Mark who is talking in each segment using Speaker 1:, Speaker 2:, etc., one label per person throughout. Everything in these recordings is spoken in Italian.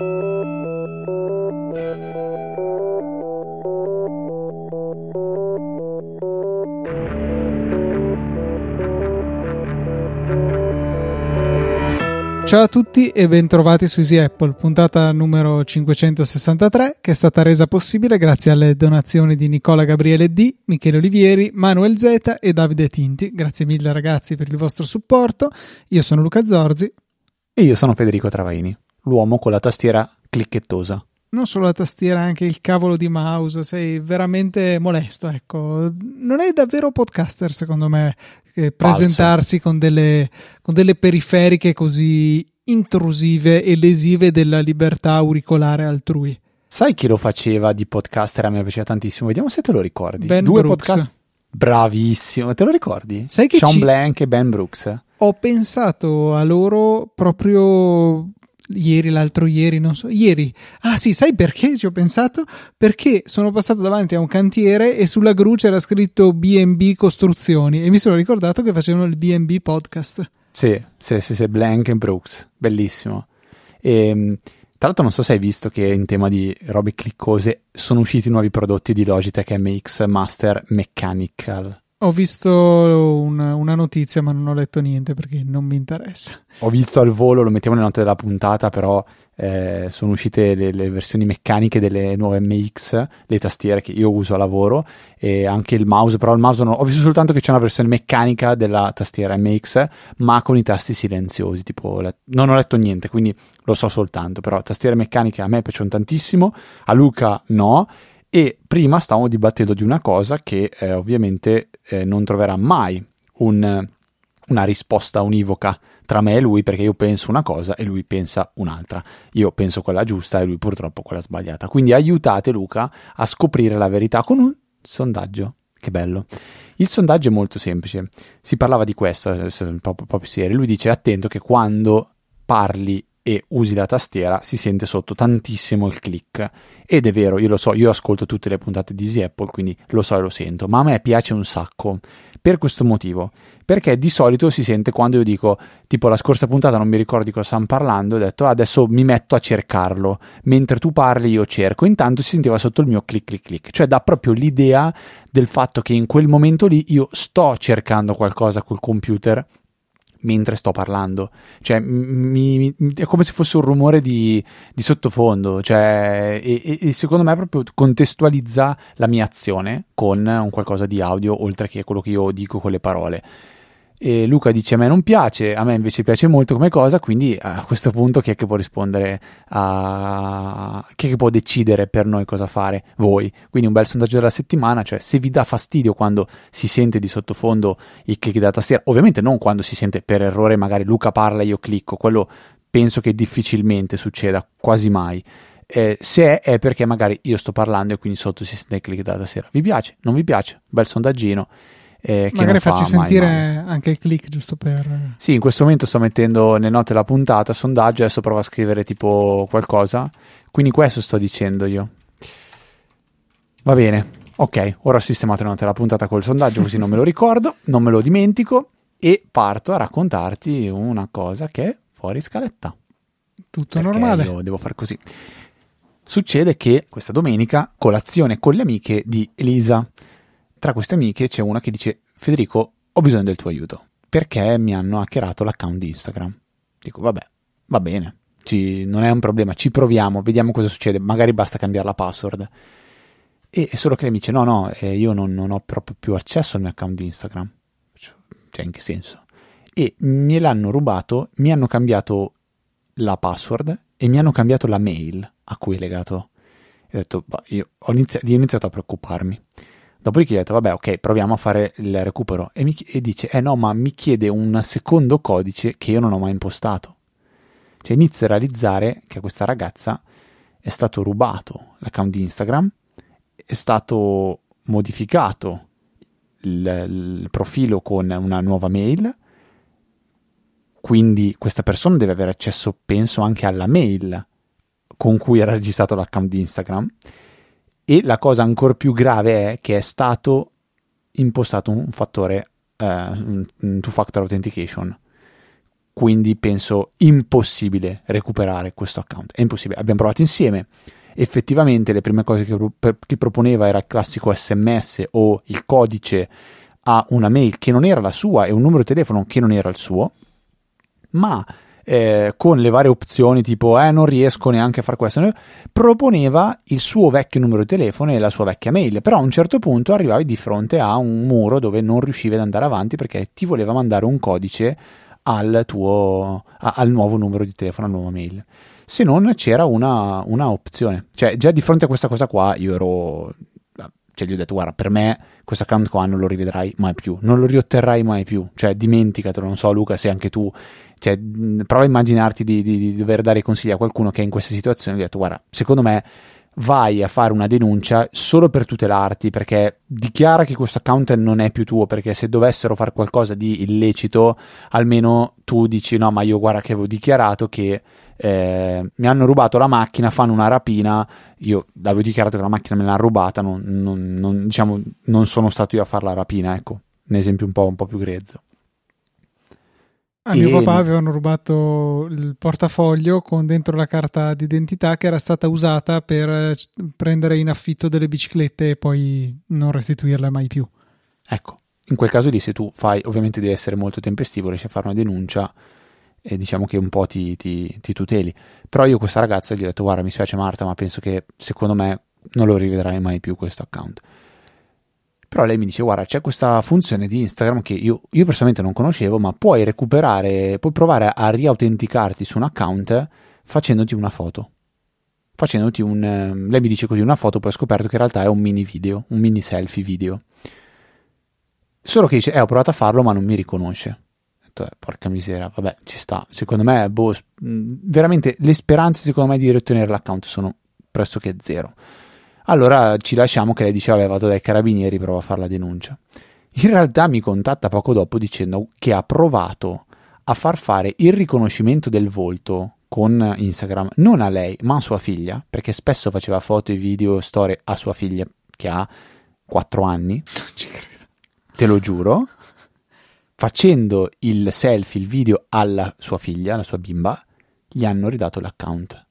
Speaker 1: Ciao a tutti e bentrovati su Easy Apple, puntata numero 563, che è stata resa possibile grazie alle donazioni di Nicola Gabriele D, Michele Olivieri, Manuel Z e Davide Tinti. Grazie mille ragazzi per il vostro supporto. Io sono Luca Zorzi.
Speaker 2: E io sono Federico Travaini, l'uomo con la tastiera clicchettosa.
Speaker 1: Non solo la tastiera, anche il cavolo di mouse, sei veramente molesto, ecco. Non è davvero podcaster, secondo me, presentarsi con delle periferiche così intrusive e lesive della libertà auricolare altrui.
Speaker 2: Sai chi lo faceva di podcaster? A me piaceva tantissimo, vediamo se te lo ricordi.
Speaker 1: Ben
Speaker 2: Due
Speaker 1: Brooks.
Speaker 2: podcast. Bravissimo, te lo ricordi?
Speaker 1: Sai che
Speaker 2: Sean Blanc e Ben Brooks.
Speaker 1: Ho pensato a loro proprio ieri, l'altro ieri, non so, ieri. Ah sì, sai perché ci ho pensato? Perché sono passato davanti a un cantiere e sulla gru c'era scritto B&B Costruzioni e mi sono ricordato che facevano il B&B podcast.
Speaker 2: Sì, Blanc e Brooks, bellissimo. E tra l'altro non so se hai visto che in tema di robe cliccose sono usciti nuovi prodotti di Logitech MX Master Mechanical.
Speaker 1: Ho visto una notizia ma non ho letto niente perché non mi interessa.
Speaker 2: Ho visto al volo, lo mettiamo nelle note della puntata, però sono uscite le versioni meccaniche delle nuove MX, le tastiere che io uso a lavoro e anche il mouse, però il mouse ho visto soltanto che c'è una versione meccanica della tastiera MX ma con i tasti silenziosi, tipo non ho letto niente, quindi lo so soltanto, però tastiere meccaniche a me piacciono tantissimo, a Luca no. E prima stavamo dibattendo di una cosa che ovviamente non troverà mai una risposta univoca tra me e lui, perché io penso una cosa e lui pensa un'altra. Io penso quella giusta e lui purtroppo quella sbagliata. Quindi aiutate Luca a scoprire la verità con un sondaggio. Che bello. Il sondaggio è molto semplice. Si parlava di questo proprio ieri. Lui dice attento che quando parli e usi la tastiera si sente sotto tantissimo il click, ed è vero, io lo so, io ascolto tutte le puntate di Easy Apple, quindi lo so e lo sento, ma a me piace un sacco per questo motivo, perché di solito si sente quando io dico, tipo la scorsa puntata non mi ricordo di cosa stavamo parlando, ho detto adesso mi metto a cercarlo, mentre tu parli io cerco, intanto si sentiva sotto il mio click click click, cioè dà proprio l'idea del fatto che in quel momento lì io sto cercando qualcosa col computer mentre sto parlando, cioè è come se fosse un rumore di sottofondo, cioè e secondo me proprio contestualizza la mia azione con un qualcosa di audio oltre che quello che io dico con le parole. E Luca dice a me non piace, a me invece piace molto come cosa, quindi a questo punto chi è che può rispondere chi è che può decidere per noi cosa fare? Voi. Quindi un bel sondaggio della settimana, cioè se vi dà fastidio quando si sente di sottofondo il click della tastiera, ovviamente non quando si sente per errore magari Luca parla e io clicco, quello penso che difficilmente succeda, quasi mai. Se è perché magari io sto parlando e quindi sotto si sente il click della tastiera. Vi piace? Non vi piace? Bel sondaggino.
Speaker 1: Magari facci sentire anche il click giusto per...
Speaker 2: Sì, in questo momento sto mettendo nelle note la puntata, sondaggio, adesso provo a scrivere tipo qualcosa, quindi questo sto dicendo io. Va bene, ok, ora ho sistemato le note della puntata col sondaggio così non me lo ricordo, non me lo dimentico e parto a raccontarti una cosa che è fuori scaletta.
Speaker 1: Tutto normale.
Speaker 2: Io devo fare così. Succede che questa domenica colazione con le amiche di Elisa. Tra queste amiche c'è una che dice Federico, ho bisogno del tuo aiuto perché mi hanno hackerato l'account di Instagram. Dico vabbè, va bene, non è un problema, ci proviamo, vediamo cosa succede, magari basta cambiare la password. E solo che lei mi dice no, io non ho proprio più accesso al mio account di Instagram. Cioè in che senso? E me l'hanno rubato, mi hanno cambiato la password e mi hanno cambiato la mail a cui è legato. E ho detto io ho iniziato a preoccuparmi. Dopodiché ho detto, vabbè, ok, proviamo a fare il recupero. E dice, no, ma mi chiede un secondo codice che io non ho mai impostato. Cioè inizio a realizzare che a questa ragazza è stato rubato l'account di Instagram, è stato modificato il profilo con una nuova mail, quindi questa persona deve avere accesso, penso, anche alla mail con cui era registrato l'account di Instagram. E la cosa ancora più grave è che è stato impostato un fattore, un two-factor authentication. quindi penso impossibile recuperare questo account. È impossibile. Abbiamo provato insieme. Effettivamente le prime cose che proponeva era il classico SMS o il codice a una mail che non era la sua e un numero di telefono che non era il suo, ma con le varie opzioni tipo non riesco neanche a fare questo, proponeva il suo vecchio numero di telefono e la sua vecchia mail, però a un certo punto arrivavi di fronte a un muro dove non riuscivi ad andare avanti perché ti voleva mandare un codice al nuovo numero di telefono, alla nuova mail, se non c'era una opzione. Cioè già di fronte a questa cosa qua io ero, cioè gli ho detto guarda, per me questo account qua non lo rivedrai mai più, non lo riotterrai mai più, cioè dimenticatelo. Non so Luca se anche tu, cioè prova a immaginarti di dover dare consigli a qualcuno che è in questa situazione. Gli ho detto guarda, secondo me vai a fare una denuncia solo per tutelarti, perché dichiara che questo account non è più tuo, perché se dovessero fare qualcosa di illecito almeno tu dici no, ma io guarda che avevo dichiarato che mi hanno rubato la macchina, fanno una rapina, io avevo dichiarato che la macchina me l'hanno rubata, diciamo, non sono stato io a fare la rapina, ecco, un esempio un po' più grezzo.
Speaker 1: A mio papà avevano rubato il portafoglio con dentro la carta d'identità che era stata usata per prendere in affitto delle biciclette e poi non restituirle mai più.
Speaker 2: Ecco, in quel caso lì se tu fai, ovviamente devi essere molto tempestivo, riesci a fare una denuncia e diciamo che un po' ti tuteli. Però io a questa ragazza gli ho detto guarda, mi spiace Marta, ma penso che secondo me non lo rivedrai mai più questo account. Però lei mi dice guarda, c'è questa funzione di Instagram che io personalmente non conoscevo, ma puoi provare a riautenticarti su un account facendoti una foto, lei mi dice così, una foto. Poi ho scoperto che in realtà è un mini video, un mini selfie video, solo che dice ho provato a farlo ma non mi riconosce. Ho detto, porca miseria, vabbè, ci sta. Secondo me veramente le speranze secondo me di riottenere l'account sono pressoché zero. Allora ci lasciamo che lei dice vabbè, vado dai carabinieri, provo a fare la denuncia. In realtà mi contatta poco dopo dicendo che ha provato a far fare il riconoscimento del volto con Instagram non a lei ma a sua figlia, perché spesso faceva foto e video, storie a sua figlia che ha 4 anni.
Speaker 1: Non ci credo.
Speaker 2: Te lo giuro. Facendo il selfie, il video alla sua figlia, alla sua bimba, gli hanno ridato l'account.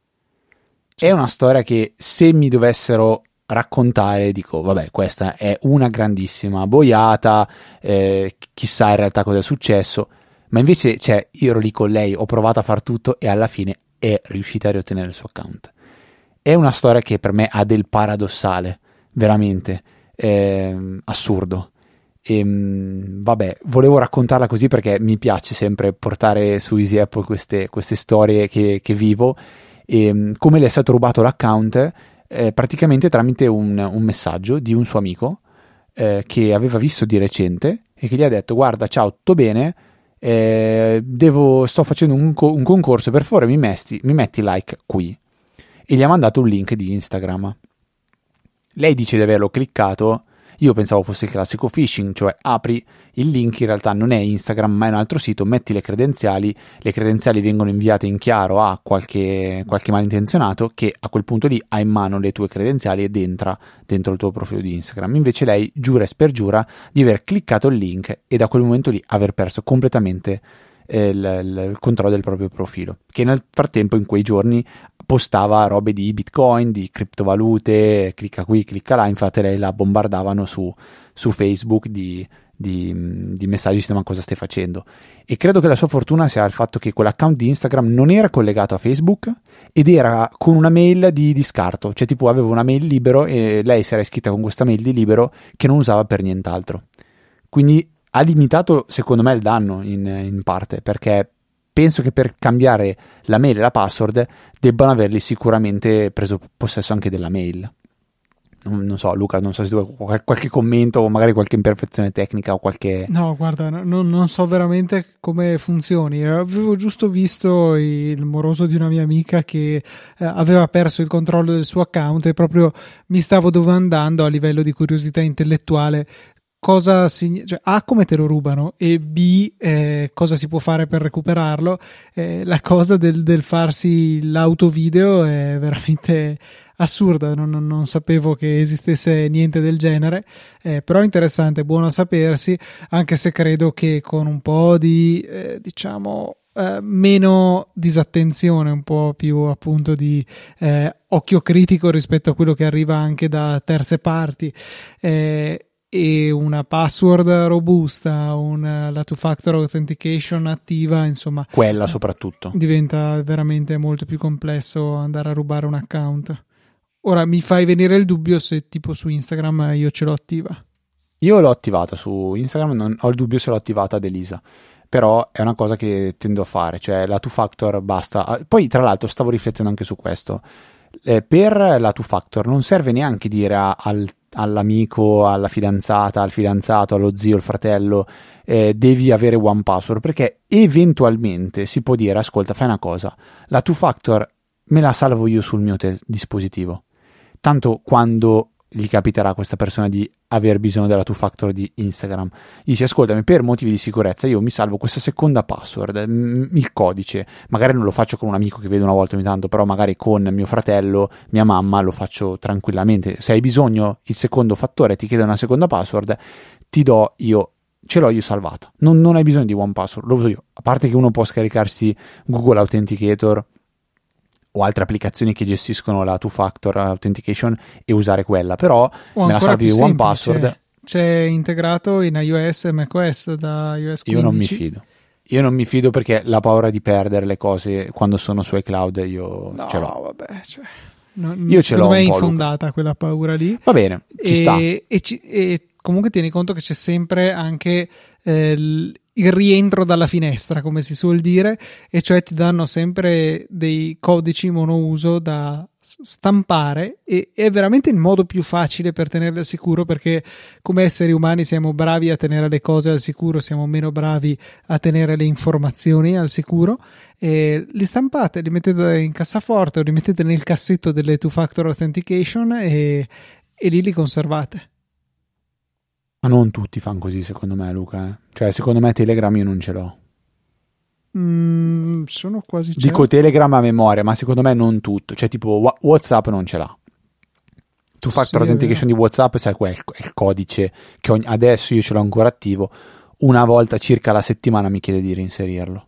Speaker 2: È una storia che se mi dovessero raccontare dico vabbè, questa è una grandissima boiata, chissà in realtà cosa è successo, ma invece io ero lì con lei, ho provato a far tutto e alla fine è riuscita a riottenere il suo account. È una storia che per me ha del paradossale, veramente assurdo. Vabbè, volevo raccontarla così perché mi piace sempre portare su Easy Apple queste storie che vivo. E come le è stato rubato l'account praticamente tramite un messaggio di un suo amico che aveva visto di recente e che gli ha detto guarda, ciao, tutto bene, sto facendo un concorso, per favore mi metti like qui, e gli ha mandato un link di Instagram. Lei dice di averlo cliccato. Io pensavo fosse il classico phishing, cioè apri il link, in realtà non è Instagram ma è un altro sito, metti le credenziali vengono inviate in chiaro a qualche malintenzionato che a quel punto lì ha in mano le tue credenziali ed entra dentro il tuo profilo di Instagram. Invece lei giura e spergiura di aver cliccato il link e da quel momento lì aver perso completamente il controllo del proprio profilo, che nel frattempo in quei giorni postava robe di Bitcoin, di criptovalute, clicca qui, clicca là. Infatti lei la bombardavano su Facebook di messaggi ma cosa stai facendo. E credo che la sua fortuna sia il fatto che quell'account di Instagram non era collegato a Facebook ed era con una mail di scarto, cioè tipo aveva una mail libero e lei si era iscritta con questa mail di libero che non usava per nient'altro. Quindi ha limitato secondo me il danno in parte, perché penso che per cambiare la mail e la password debbano averli sicuramente preso possesso anche della mail. Non so Luca, non so se tu hai qualche commento o magari qualche imperfezione tecnica o qualche...
Speaker 1: No, guarda, non so veramente come funzioni. Avevo giusto visto il moroso di una mia amica che aveva perso il controllo del suo account e proprio mi stavo domandando a livello di curiosità intellettuale cosa cioè, A, come te lo rubano, e B, cosa si può fare per recuperarlo. La cosa del farsi l'autovideo è veramente assurda, non sapevo che esistesse niente del genere, però interessante, buono a sapersi, anche se credo che con un po' di diciamo meno disattenzione, un po' più appunto di occhio critico rispetto a quello che arriva anche da terze parti, e una password robusta, la two-factor authentication attiva, insomma,
Speaker 2: quella soprattutto
Speaker 1: diventa veramente molto più complesso andare a rubare un account. Ora mi fai venire il dubbio se tipo su Instagram io ce l'ho attiva.
Speaker 2: Io l'ho attivata su Instagram, non ho il dubbio se l'ho attivata ad Elisa, però è una cosa che tendo a fare, cioè la two-factor basta. Poi tra l'altro stavo riflettendo anche su questo, per la two-factor non serve neanche dire all'amico, alla fidanzata, al fidanzato, allo zio, al fratello, devi avere one password, perché eventualmente si può dire, ascolta, fai una cosa, la two-factor me la salvo io sul mio dispositivo, tanto quando gli capiterà a questa persona di aver bisogno della two-factor di Instagram, dice ascoltami, per motivi di sicurezza io mi salvo questa seconda password, il codice, magari non lo faccio con un amico che vedo una volta ogni tanto, però magari con mio fratello, mia mamma lo faccio tranquillamente. Se hai bisogno il secondo fattore, ti chiede una seconda password, ti do io, ce l'ho io salvata, non hai bisogno di one password, lo uso io. A parte che uno può scaricarsi Google Authenticator o altre applicazioni che gestiscono la two-factor authentication e usare quella, però me la salvi di one password.
Speaker 1: C'è integrato in iOS e macOS da iOS 15.
Speaker 2: Io non mi fido perché la paura di perdere le cose quando sono su iCloud io ce l'ho.
Speaker 1: No, vabbè, cioè,
Speaker 2: io ce l'ho un po'.
Speaker 1: Secondo me è infondata quella paura lì.
Speaker 2: Va bene, ci sta.
Speaker 1: E comunque tieni conto che c'è sempre anche il rientro dalla finestra, come si suol dire, e cioè ti danno sempre dei codici monouso da stampare, e è veramente il modo più facile per tenerle al sicuro, perché come esseri umani siamo bravi a tenere le cose al sicuro, siamo meno bravi a tenere le informazioni al sicuro. E li stampate, li mettete in cassaforte o li mettete nel cassetto delle two-factor authentication e lì li conservate.
Speaker 2: Ma non tutti fanno così, secondo me, Luca. Cioè, secondo me Telegram io non ce l'ho.
Speaker 1: Sono quasi certo.
Speaker 2: Dico Telegram a memoria, ma secondo me non tutto. Cioè, tipo WhatsApp non ce l'ha. Two-factor authentication di WhatsApp, sai qual è il codice che adesso io ce l'ho ancora attivo. Una volta circa alla settimana mi chiede di reinserirlo.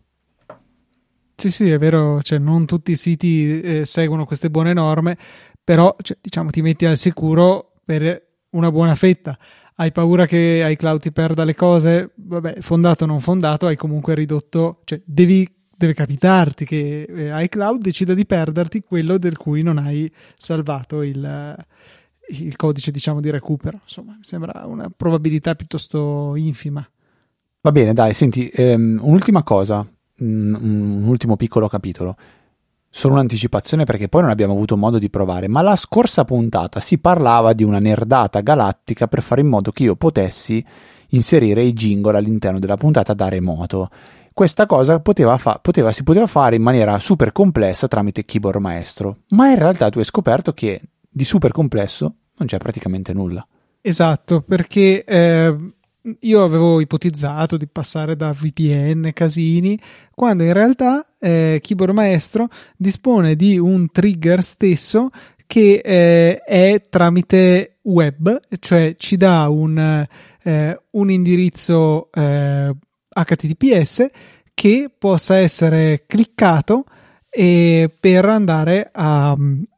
Speaker 1: Sì, è vero, cioè non tutti i siti seguono queste buone norme, però cioè, diciamo ti metti al sicuro per una buona fetta. Hai paura che iCloud ti perda le cose? Vabbè, fondato o non fondato, hai comunque ridotto, cioè deve capitarti che iCloud decida di perderti quello del cui non hai salvato il codice, diciamo, di recupero. Insomma, mi sembra una probabilità piuttosto infima.
Speaker 2: Va bene, dai, senti, un'ultima cosa, un ultimo piccolo capitolo. Solo un'anticipazione perché poi non abbiamo avuto modo di provare, ma la scorsa puntata si parlava di una nerdata galattica per fare in modo che io potessi inserire i jingle all'interno della puntata da remoto. Questa cosa si poteva fare in maniera super complessa tramite Keyboard Maestro, ma in realtà tu hai scoperto che di super complesso non c'è praticamente nulla.
Speaker 1: Esatto, perché io avevo ipotizzato di passare da VPN, casini, quando in realtà Keyboard Maestro dispone di un trigger stesso che è tramite web, cioè ci dà un indirizzo HTTPS che possa essere cliccato per andare a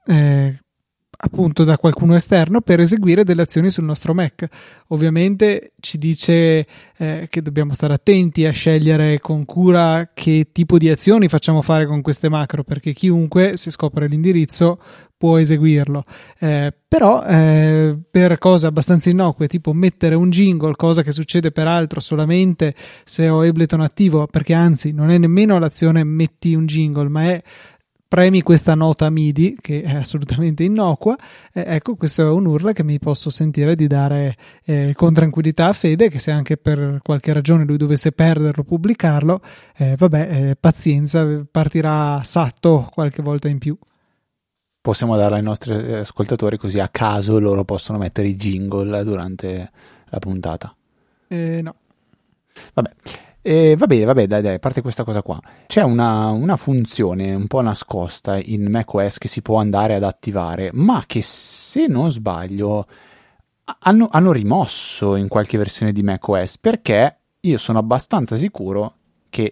Speaker 1: appunto da qualcuno esterno per eseguire delle azioni sul nostro Mac. Ovviamente ci dice che dobbiamo stare attenti a scegliere con cura che tipo di azioni facciamo fare con queste macro, perché chiunque, se scopre l'indirizzo, può eseguirlo. Però per cose abbastanza innocue, tipo mettere un jingle, cosa che succede peraltro solamente se ho Ableton attivo, perché anzi non è nemmeno l'azione metti un jingle, ma è premi questa nota MIDI che è assolutamente innocua. Ecco, questo è un URL che mi posso sentire di dare con tranquillità a Fede, che se anche per qualche ragione lui dovesse perderlo, pubblicarlo, pazienza, partirà satto qualche volta in più.
Speaker 2: Possiamo darla ai nostri ascoltatori, così a caso loro possono mettere i jingle durante la puntata.
Speaker 1: No.
Speaker 2: Vabbè. Vabbè, dai, a parte questa cosa qua, c'è una funzione un po' nascosta in macOS che si può andare ad attivare, ma che, se non sbaglio, hanno rimosso in qualche versione di macOS, perché io sono abbastanza sicuro che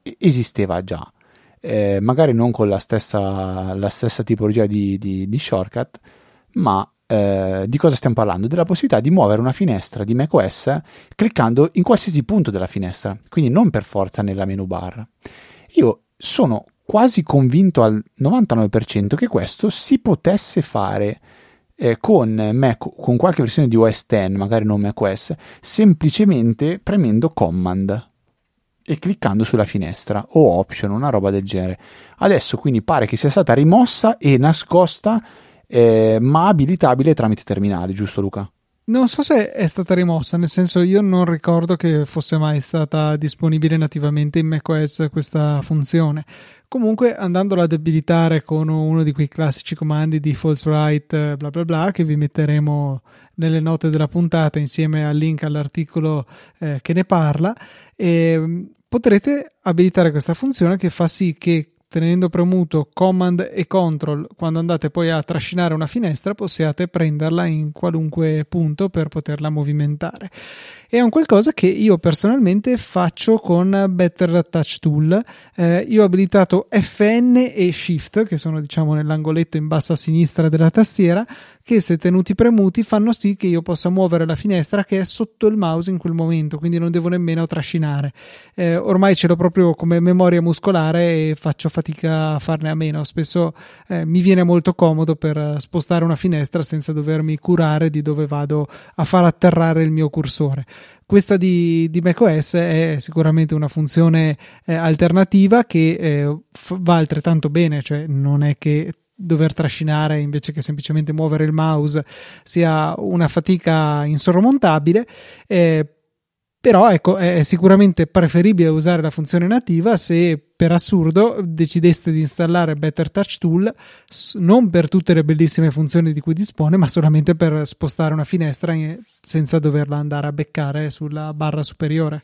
Speaker 2: esisteva già, magari non con la stessa tipologia di shortcut, ma di cosa stiamo parlando? Della possibilità di muovere una finestra di macOS cliccando in qualsiasi punto della finestra, quindi non per forza nella menu bar. Io sono quasi convinto al 99% che questo si potesse fare con qualche versione di OS X, magari non macOS, semplicemente premendo Command e cliccando sulla finestra o Option, una roba del genere. Adesso quindi pare che sia stata rimossa e nascosta, ma abilitabile tramite terminali, giusto Luca?
Speaker 1: Non so se è stata rimossa, nel senso io non ricordo che fosse mai stata disponibile nativamente in macOS questa funzione. Comunque andandola ad abilitare con uno di quei classici comandi di false right bla bla bla che vi metteremo nelle note della puntata insieme al link all'articolo che ne parla, potrete abilitare questa funzione che fa sì che tenendo premuto Command e Control quando andate poi a trascinare una finestra possiate prenderla in qualunque punto per poterla movimentare. È un qualcosa che io personalmente faccio con Better Touch Tool. Io ho abilitato FN e Shift, che sono diciamo nell'angoletto in basso a sinistra della tastiera, che se tenuti premuti fanno sì che io possa muovere la finestra che è sotto il mouse in quel momento, quindi non devo nemmeno trascinare. Ormai ce l'ho proprio come memoria muscolare e faccio fatica a farne a meno. Spesso mi viene molto comodo per spostare una finestra senza dovermi curare di dove vado a far atterrare il mio cursore. Questa di macOS è sicuramente una funzione alternativa che va altrettanto bene, cioè non è che dover trascinare invece che semplicemente muovere il mouse sia una fatica insormontabile, però ecco, è sicuramente preferibile usare la funzione nativa se per assurdo decideste di installare Better Touch Tool non per tutte le bellissime funzioni di cui dispone, ma solamente per spostare una finestra senza doverla andare a beccare sulla barra superiore.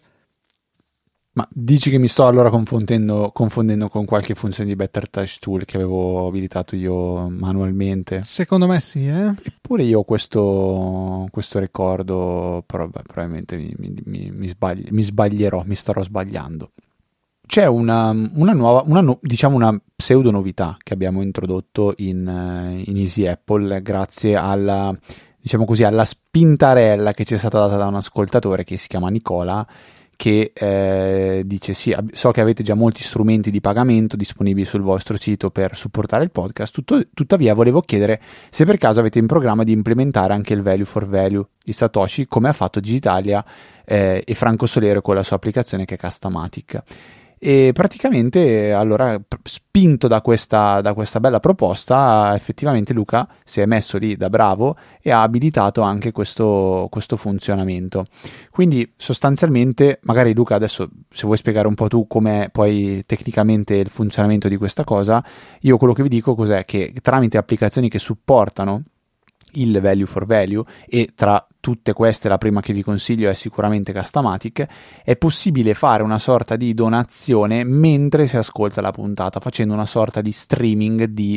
Speaker 2: Ma dici che mi sto allora confondendo con qualche funzione di Better Touch Tool che avevo abilitato io manualmente?
Speaker 1: Secondo me sì,
Speaker 2: Eppure io ho questo ricordo, però probabilmente mi sbaglierò, mi starò sbagliando. C'è una pseudo novità che abbiamo introdotto in Easy Apple grazie alla, diciamo così, alla spintarella che ci è stata data da un ascoltatore che si chiama Nicola, che dice sì, so che avete già molti strumenti di pagamento disponibili sul vostro sito per supportare il podcast, tuttavia volevo chiedere se per caso avete in programma di implementare anche il value for value di Satoshi come ha fatto Digitalia e Franco Solero con la sua applicazione che è Customatic. E praticamente allora, spinto da questa bella proposta, effettivamente Luca si è messo lì da bravo e ha abilitato anche questo funzionamento. Quindi sostanzialmente, magari Luca adesso se vuoi spiegare un po' tu com'è poi tecnicamente il funzionamento di questa cosa, io quello che vi dico cos'è che tramite applicazioni che supportano il value for value, e tra tutte queste la prima che vi consiglio è sicuramente Customatic, è possibile fare una sorta di donazione mentre si ascolta la puntata, facendo una sorta di streaming di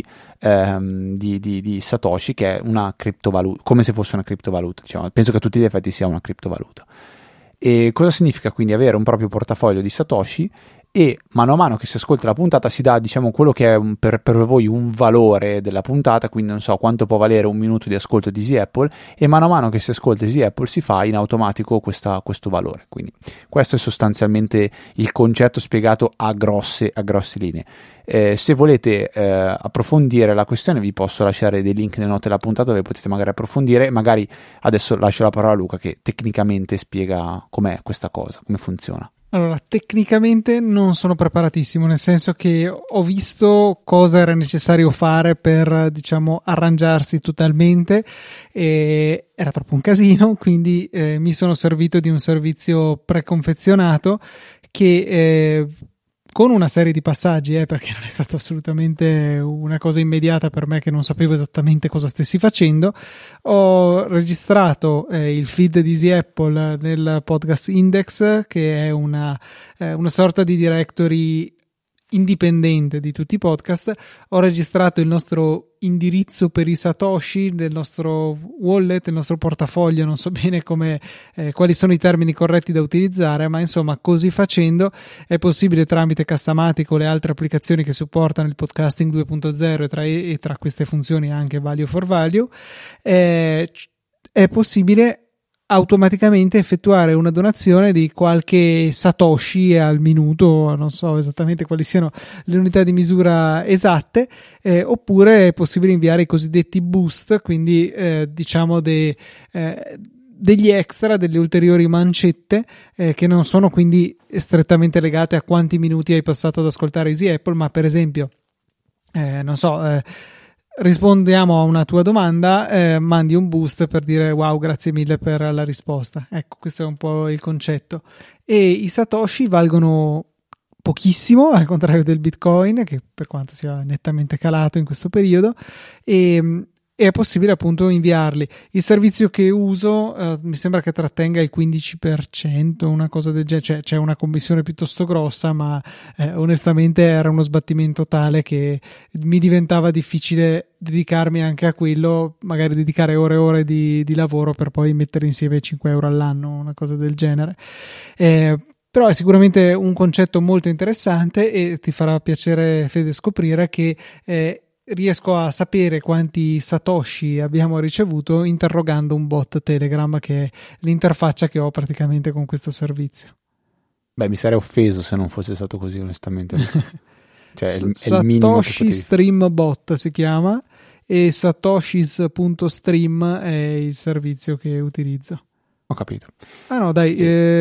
Speaker 2: Satoshi, che è una criptovaluta, come se fosse una criptovaluta, diciamo. Penso che a tutti gli effetti sia una criptovaluta. E cosa significa quindi avere un proprio portafoglio di Satoshi? E mano a mano che si ascolta la puntata si dà, diciamo, quello che è per voi un valore della puntata, quindi non so quanto può valere un minuto di ascolto di Easy Apple, e mano a mano che si ascolta Easy Apple si fa in automatico questo valore. Quindi questo è sostanzialmente il concetto spiegato a grosse linee. Se volete approfondire la questione vi posso lasciare dei link nelle note della puntata dove potete magari approfondire. Magari adesso lascio la parola a Luca che tecnicamente spiega com'è questa cosa, come funziona.
Speaker 1: Allora, tecnicamente non sono preparatissimo, nel senso che ho visto cosa era necessario fare per, diciamo, arrangiarsi totalmente, e era troppo un casino, quindi mi sono servito di un servizio preconfezionato che con una serie di passaggi, perché non è stato assolutamente una cosa immediata per me che non sapevo esattamente cosa stessi facendo, ho registrato il feed di Easy Apple nel podcast Index, che è una sorta di directory indipendente di tutti i podcast. Ho registrato il nostro indirizzo per i Satoshi del nostro wallet, il nostro portafoglio, non so bene quali sono i termini corretti da utilizzare, ma insomma così facendo è possibile, tramite Castamatic o le altre applicazioni che supportano il podcasting 2.0 e tra queste funzioni anche Value for Value, è possibile automaticamente effettuare una donazione di qualche satoshi al minuto, non so esattamente quali siano le unità di misura esatte, oppure è possibile inviare i cosiddetti boost, quindi diciamo degli extra, delle ulteriori mancette che non sono quindi strettamente legate a quanti minuti hai passato ad ascoltare Easy Apple, ma per esempio rispondiamo a una tua domanda, mandi un boost per dire wow, grazie mille per la risposta. Ecco, questo è un po' il concetto. E i satoshi valgono pochissimo, al contrario del Bitcoin, che per quanto sia nettamente calato in questo periodo, e è possibile appunto inviarli. Il servizio che uso mi sembra che trattenga il 15%, una cosa del genere, cioè c'è una commissione piuttosto grossa, ma onestamente era uno sbattimento tale che mi diventava difficile dedicarmi anche a quello, magari dedicare ore e ore di lavoro per poi mettere insieme 5 euro all'anno, una cosa del genere. Però è sicuramente un concetto molto interessante e ti farà piacere, Fede, scoprire che riesco a sapere quanti satoshi abbiamo ricevuto interrogando un bot Telegram, che è l'interfaccia che ho praticamente con questo servizio.
Speaker 2: Beh, mi sarei offeso se non fosse stato così, onestamente. Cioè, è il
Speaker 1: Satoshi Stream Bot si chiama, e satoshis.stream è il servizio che utilizzo.
Speaker 2: Ho capito.
Speaker 1: Ah no, dai,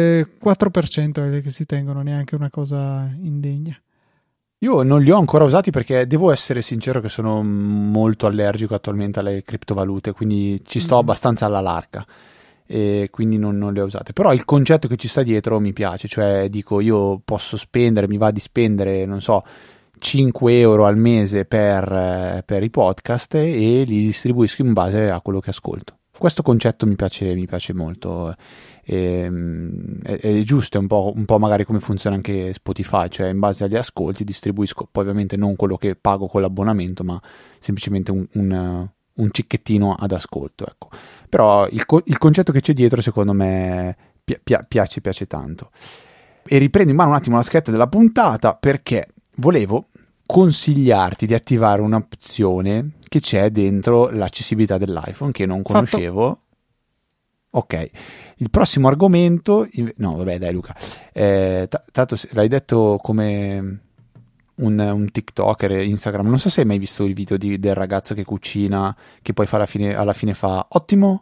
Speaker 1: 4% è che si tengono, neanche una cosa indegna.
Speaker 2: Io non li ho ancora usati perché devo essere sincero che sono molto allergico attualmente alle criptovalute, quindi ci sto abbastanza alla larga e quindi non le ho usate. Però il concetto che ci sta dietro mi piace, cioè dico, io posso spendere, mi va di spendere, non so, 5 euro al mese per i podcast e li distribuisco in base a quello che ascolto. Questo concetto mi piace molto. È giusto, è un po' magari come funziona anche Spotify, cioè in base agli ascolti distribuisco, poi ovviamente non quello che pago con l'abbonamento, ma semplicemente un cicchettino ad ascolto, ecco. Però il concetto che c'è dietro secondo me piace tanto. E riprendo in mano un attimo la scheda della puntata perché volevo consigliarti di attivare un'opzione che c'è dentro l'accessibilità dell'iPhone che non conoscevo. Fatto. Ok, il prossimo argomento, no vabbè dai Luca, tanto l'hai detto come un TikToker, Instagram, non so se hai mai visto il video del ragazzo che cucina, che poi alla fine fa ottimo,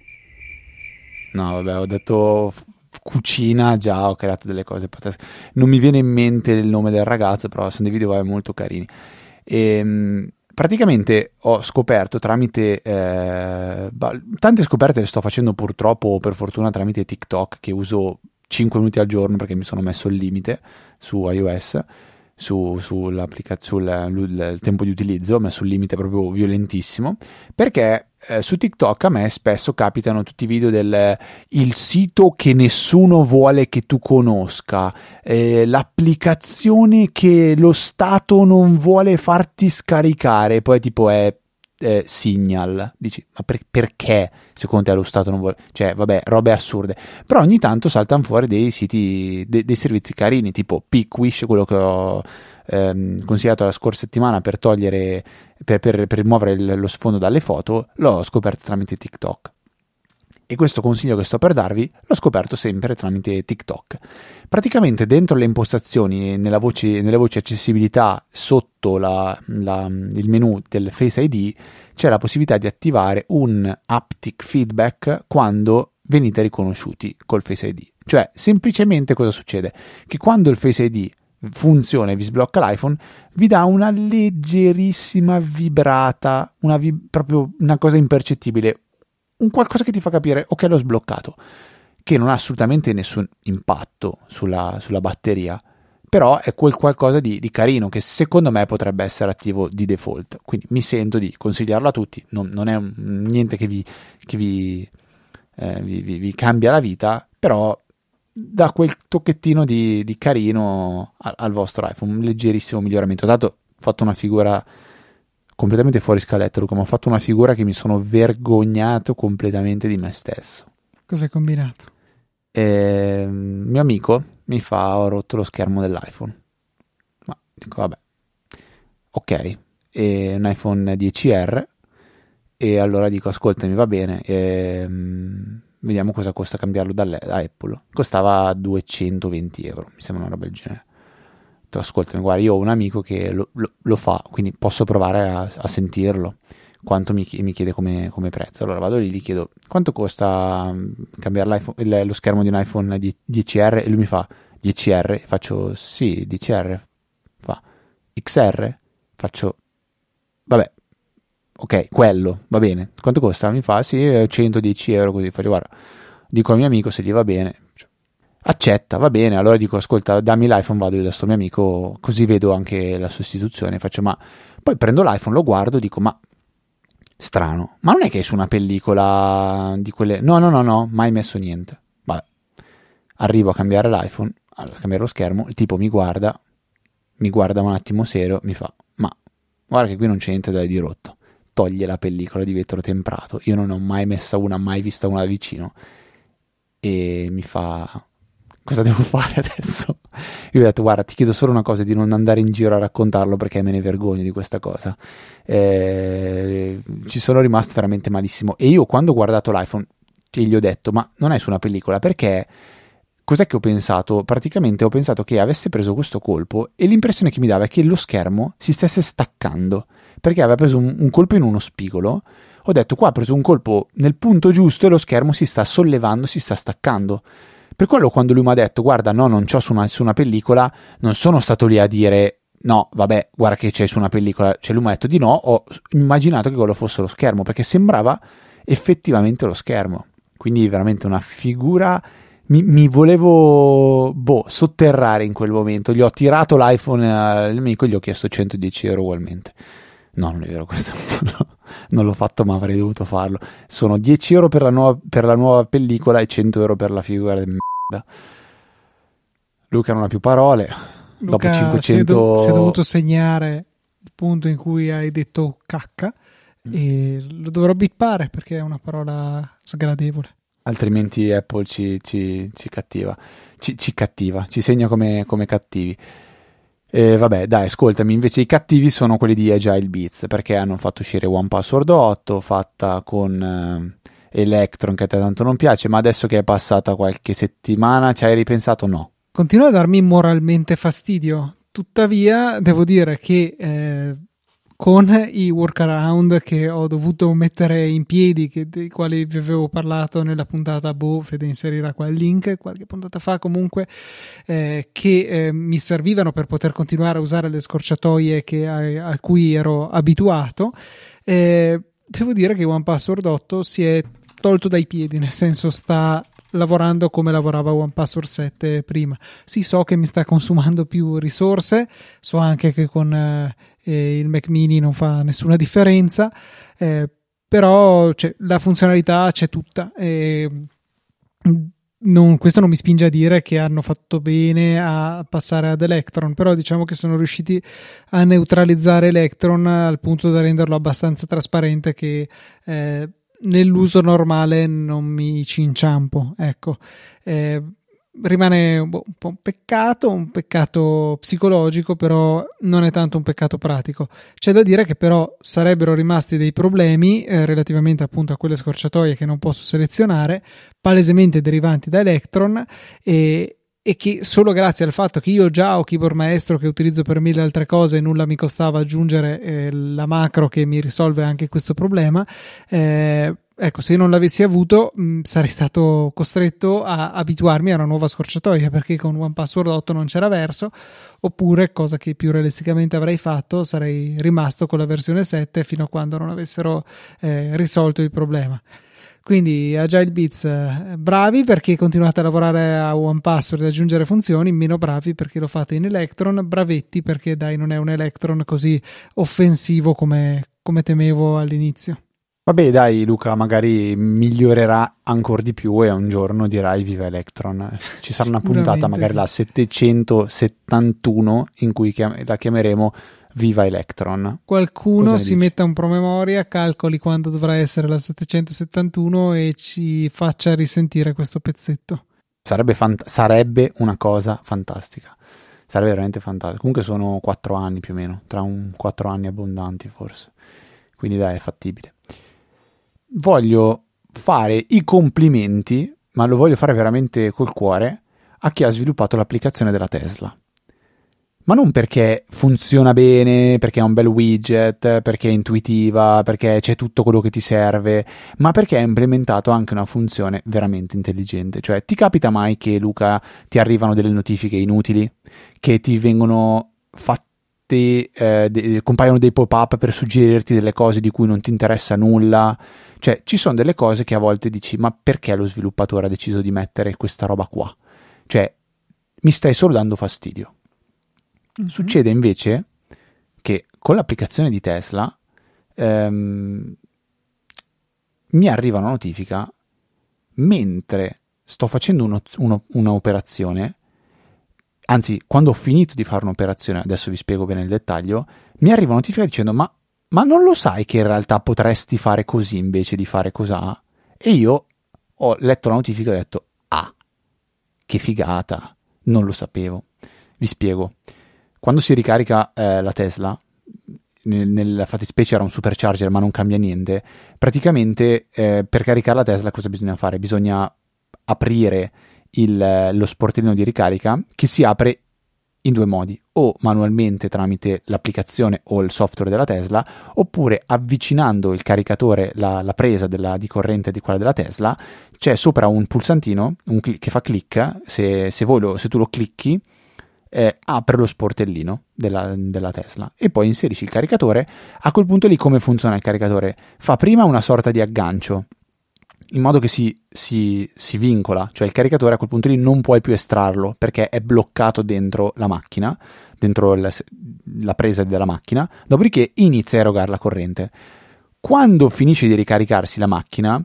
Speaker 2: no vabbè ho detto cucina, già ho creato delle cose pazzesche, non mi viene in mente il nome del ragazzo, però sono dei video molto carini. Praticamente ho scoperto tramite tante scoperte le sto facendo purtroppo o per fortuna tramite TikTok, che uso 5 minuti al giorno perché mi sono messo il limite su iOS, sull'applicazione, sul tempo di utilizzo ho messo un limite proprio violentissimo, perché su TikTok a me spesso capitano tutti i video il sito che nessuno vuole che tu conosca, l'applicazione che lo Stato non vuole farti scaricare, poi tipo è Signal, dici ma perché secondo te lo Stato non vuole, cioè vabbè, robe assurde, però ogni tanto saltano fuori dei siti, dei servizi carini tipo Pickwish, quello che ho consigliato la scorsa settimana per togliere per rimuovere lo sfondo dalle foto, l'ho scoperto tramite TikTok. E questo consiglio che sto per darvi l'ho scoperto sempre tramite TikTok. Praticamente dentro le impostazioni, nelle voci accessibilità, sotto il menu del Face ID, c'è la possibilità di attivare un haptic feedback quando venite riconosciuti col Face ID. Cioè, semplicemente cosa succede? Che quando il Face ID funziona e vi sblocca l'iPhone, vi dà una leggerissima vibrata, proprio una cosa impercettibile, un qualcosa che ti fa capire ok, l'ho sbloccato, che non ha assolutamente nessun impatto sulla batteria, però è quel qualcosa di carino che secondo me potrebbe essere attivo di default, quindi mi sento di consigliarlo a tutti. Non è niente che vi cambia la vita, però dà quel tocchettino di carino al vostro iPhone, un leggerissimo miglioramento. Tanto ho fatto una figura completamente fuori scaletta, Luca, ma ho fatto una figura che mi sono vergognato completamente di me stesso.
Speaker 1: Cosa hai combinato?
Speaker 2: Mio amico mi fa: ho rotto lo schermo dell'iPhone. Ma dico vabbè, ok, è un iPhone 10R, e allora dico ascoltami, va bene, vediamo cosa costa cambiarlo da Apple. Costava 220 euro, mi sembra una roba del genere. Ascoltami, guarda, io ho un amico che lo fa, quindi posso provare a sentirlo, quanto mi chiede come prezzo. Allora vado lì, gli chiedo quanto costa cambiare lo schermo di un iPhone 10R, e lui mi fa 10R, faccio sì, 10R, fa XR, faccio vabbè, ok, quello, va bene, quanto costa? Mi fa sì, 110 euro, così. Faccio guarda, dico al mio amico se gli va bene, accetta, va bene. Allora dico ascolta, dammi l'iPhone, vado io da sto mio amico, così vedo anche la sostituzione. Faccio ma poi prendo l'iPhone, lo guardo, dico ma strano, ma non è che è su una pellicola di quelle, no, mai messo niente. Vabbè, arrivo a cambiare l'iPhone, a cambiare lo schermo, il tipo mi guarda un attimo serio, mi fa ma guarda che qui non c'è niente da di rotto, toglie la pellicola di vetro temprato. Io non ho mai vista una da vicino, e mi fa cosa devo fare adesso? Io ho detto guarda, ti chiedo solo una cosa, di non andare in giro a raccontarlo perché me ne vergogno di questa cosa. Ci sono rimasto veramente malissimo, e io quando ho guardato l'iPhone gli ho detto ma non è su una pellicola, perché cos'è che ho pensato? Praticamente ho pensato che avesse preso questo colpo, e l'impressione che mi dava è che lo schermo si stesse staccando, perché aveva preso un colpo in uno spigolo. Ho detto qua ha preso un colpo nel punto giusto e lo schermo si sta sollevando, si sta staccando. Per quello quando lui mi ha detto guarda no, non c'ho su una pellicola, non sono stato lì a dire no vabbè guarda che c'è su una pellicola, cioè lui mi ha detto di no, ho immaginato che quello fosse lo schermo, perché sembrava effettivamente lo schermo. Quindi veramente una figura, mi volevo sotterrare in quel momento. Gli ho tirato l'iPhone al mio amico e gli ho chiesto 110 euro ugualmente. No, non è vero questo. Non l'ho fatto, ma avrei dovuto farlo. Sono 10 euro per la nuova pellicola e 100 euro per la figura di merda. Luca non ha più parole.
Speaker 1: Luca,
Speaker 2: dopo 500
Speaker 1: si è dovuto segnare il punto in cui hai detto cacca, e lo dovrò bippare perché è una parola sgradevole.
Speaker 2: altrimenti Apple ci cattiva. Ci cattiva, ci segna come cattivi. Vabbè, dai, ascoltami, invece i cattivi sono quelli di Agile Beats, perché hanno fatto uscire One Password 8, fatta con Electron, che a te tanto non piace, ma adesso che è passata qualche settimana ci hai ripensato? No.
Speaker 1: Continua a darmi moralmente fastidio, tuttavia devo dire che con i workaround che ho dovuto mettere in piedi, dei quali vi avevo parlato nella puntata, Fede inserirà qua il link qualche puntata fa comunque, che mi servivano per poter continuare a usare le scorciatoie a cui ero abituato, devo dire che One Password 8 si è tolto dai piedi, nel senso sta lavorando come lavorava One Password 7 prima. Sì, so che mi sta consumando più risorse, so anche che con il Mac Mini non fa nessuna differenza, però la funzionalità c'è tutta, questo non mi spinge a dire che hanno fatto bene a passare ad Electron, però diciamo che sono riusciti a neutralizzare Electron al punto da renderlo abbastanza trasparente che nell'uso normale non mi ci inciampo, ecco. Rimane un po' un peccato psicologico, però non è tanto un peccato pratico. C'è da dire che però sarebbero rimasti dei problemi relativamente appunto a quelle scorciatoie che non posso selezionare, palesemente derivanti da Electron, e che solo grazie al fatto che io già ho Keyboard Maestro che utilizzo per mille altre cose, nulla mi costava aggiungere la macro che mi risolve anche questo problema. Ecco, se io non l'avessi avuto sarei stato costretto a abituarmi a una nuova scorciatoia, perché con One Password 8 non c'era verso, oppure, cosa che più realisticamente avrei fatto, sarei rimasto con la versione 7 fino a quando non avessero risolto il problema. Quindi Agile Beats, bravi perché continuate a lavorare a One Password e aggiungere funzioni, meno bravi perché lo fate in Electron, bravetti perché dai non è un Electron così offensivo come temevo all'inizio.
Speaker 2: Vabbè, dai, Luca, magari migliorerà ancora di più e un giorno dirai viva Electron. Ci sarà una puntata, magari
Speaker 1: sì.
Speaker 2: la 771, in cui la chiameremo Viva Electron.
Speaker 1: Qualcuno si metta un promemoria, calcoli quando dovrà essere la 771 e ci faccia risentire questo pezzetto.
Speaker 2: Sarebbe una cosa fantastica. Sarebbe veramente fantastico. Comunque sono 4 anni più o meno, tra 4 anni abbondanti forse. Quindi dai, è fattibile. Voglio fare i complimenti, ma lo voglio fare veramente col cuore, a chi ha sviluppato l'applicazione della Tesla. Ma non perché funziona bene, perché è un bel widget, perché è intuitiva, perché c'è tutto quello che ti serve, ma perché ha implementato anche una funzione veramente intelligente. Cioè, ti capita mai che, Luca, ti arrivano delle notifiche inutili? Che ti vengono fatte, compaiono dei pop-up per suggerirti delle cose di cui non ti interessa nulla? Cioè, ci sono delle cose che a volte dici, ma perché lo sviluppatore ha deciso di mettere questa roba qua? Cioè, mi stai solo dando fastidio.
Speaker 1: Mm-hmm.
Speaker 2: Succede invece che con l'applicazione di Tesla mi arriva una notifica mentre sto facendo un'operazione, anzi quando ho finito di fare un'operazione, adesso vi spiego bene il dettaglio, mi arriva una notifica dicendo ma non lo sai che in realtà potresti fare così invece di fare cos'ha? E io ho letto la notifica e ho detto ah, che figata, non lo sapevo. Vi spiego. Quando si ricarica la Tesla, nella fattispecie era un supercharger ma non cambia niente, praticamente per caricare la Tesla cosa bisogna fare? Bisogna aprire lo sportellino di ricarica che si apre in 2 modi, o manualmente tramite l'applicazione o il software della Tesla, oppure avvicinando il caricatore, la presa di corrente di quella della Tesla, c'è sopra un pulsantino che fa click, se tu lo clicchi apre lo sportellino della Tesla e poi inserisci il caricatore. A quel punto lì come funziona il caricatore? Fa prima una sorta di aggancio in modo che si vincola, cioè il caricatore a quel punto lì non puoi più estrarlo perché è bloccato dentro la macchina, dentro la presa della macchina, dopodiché inizia a erogare la corrente. Quando finisce di ricaricarsi la macchina,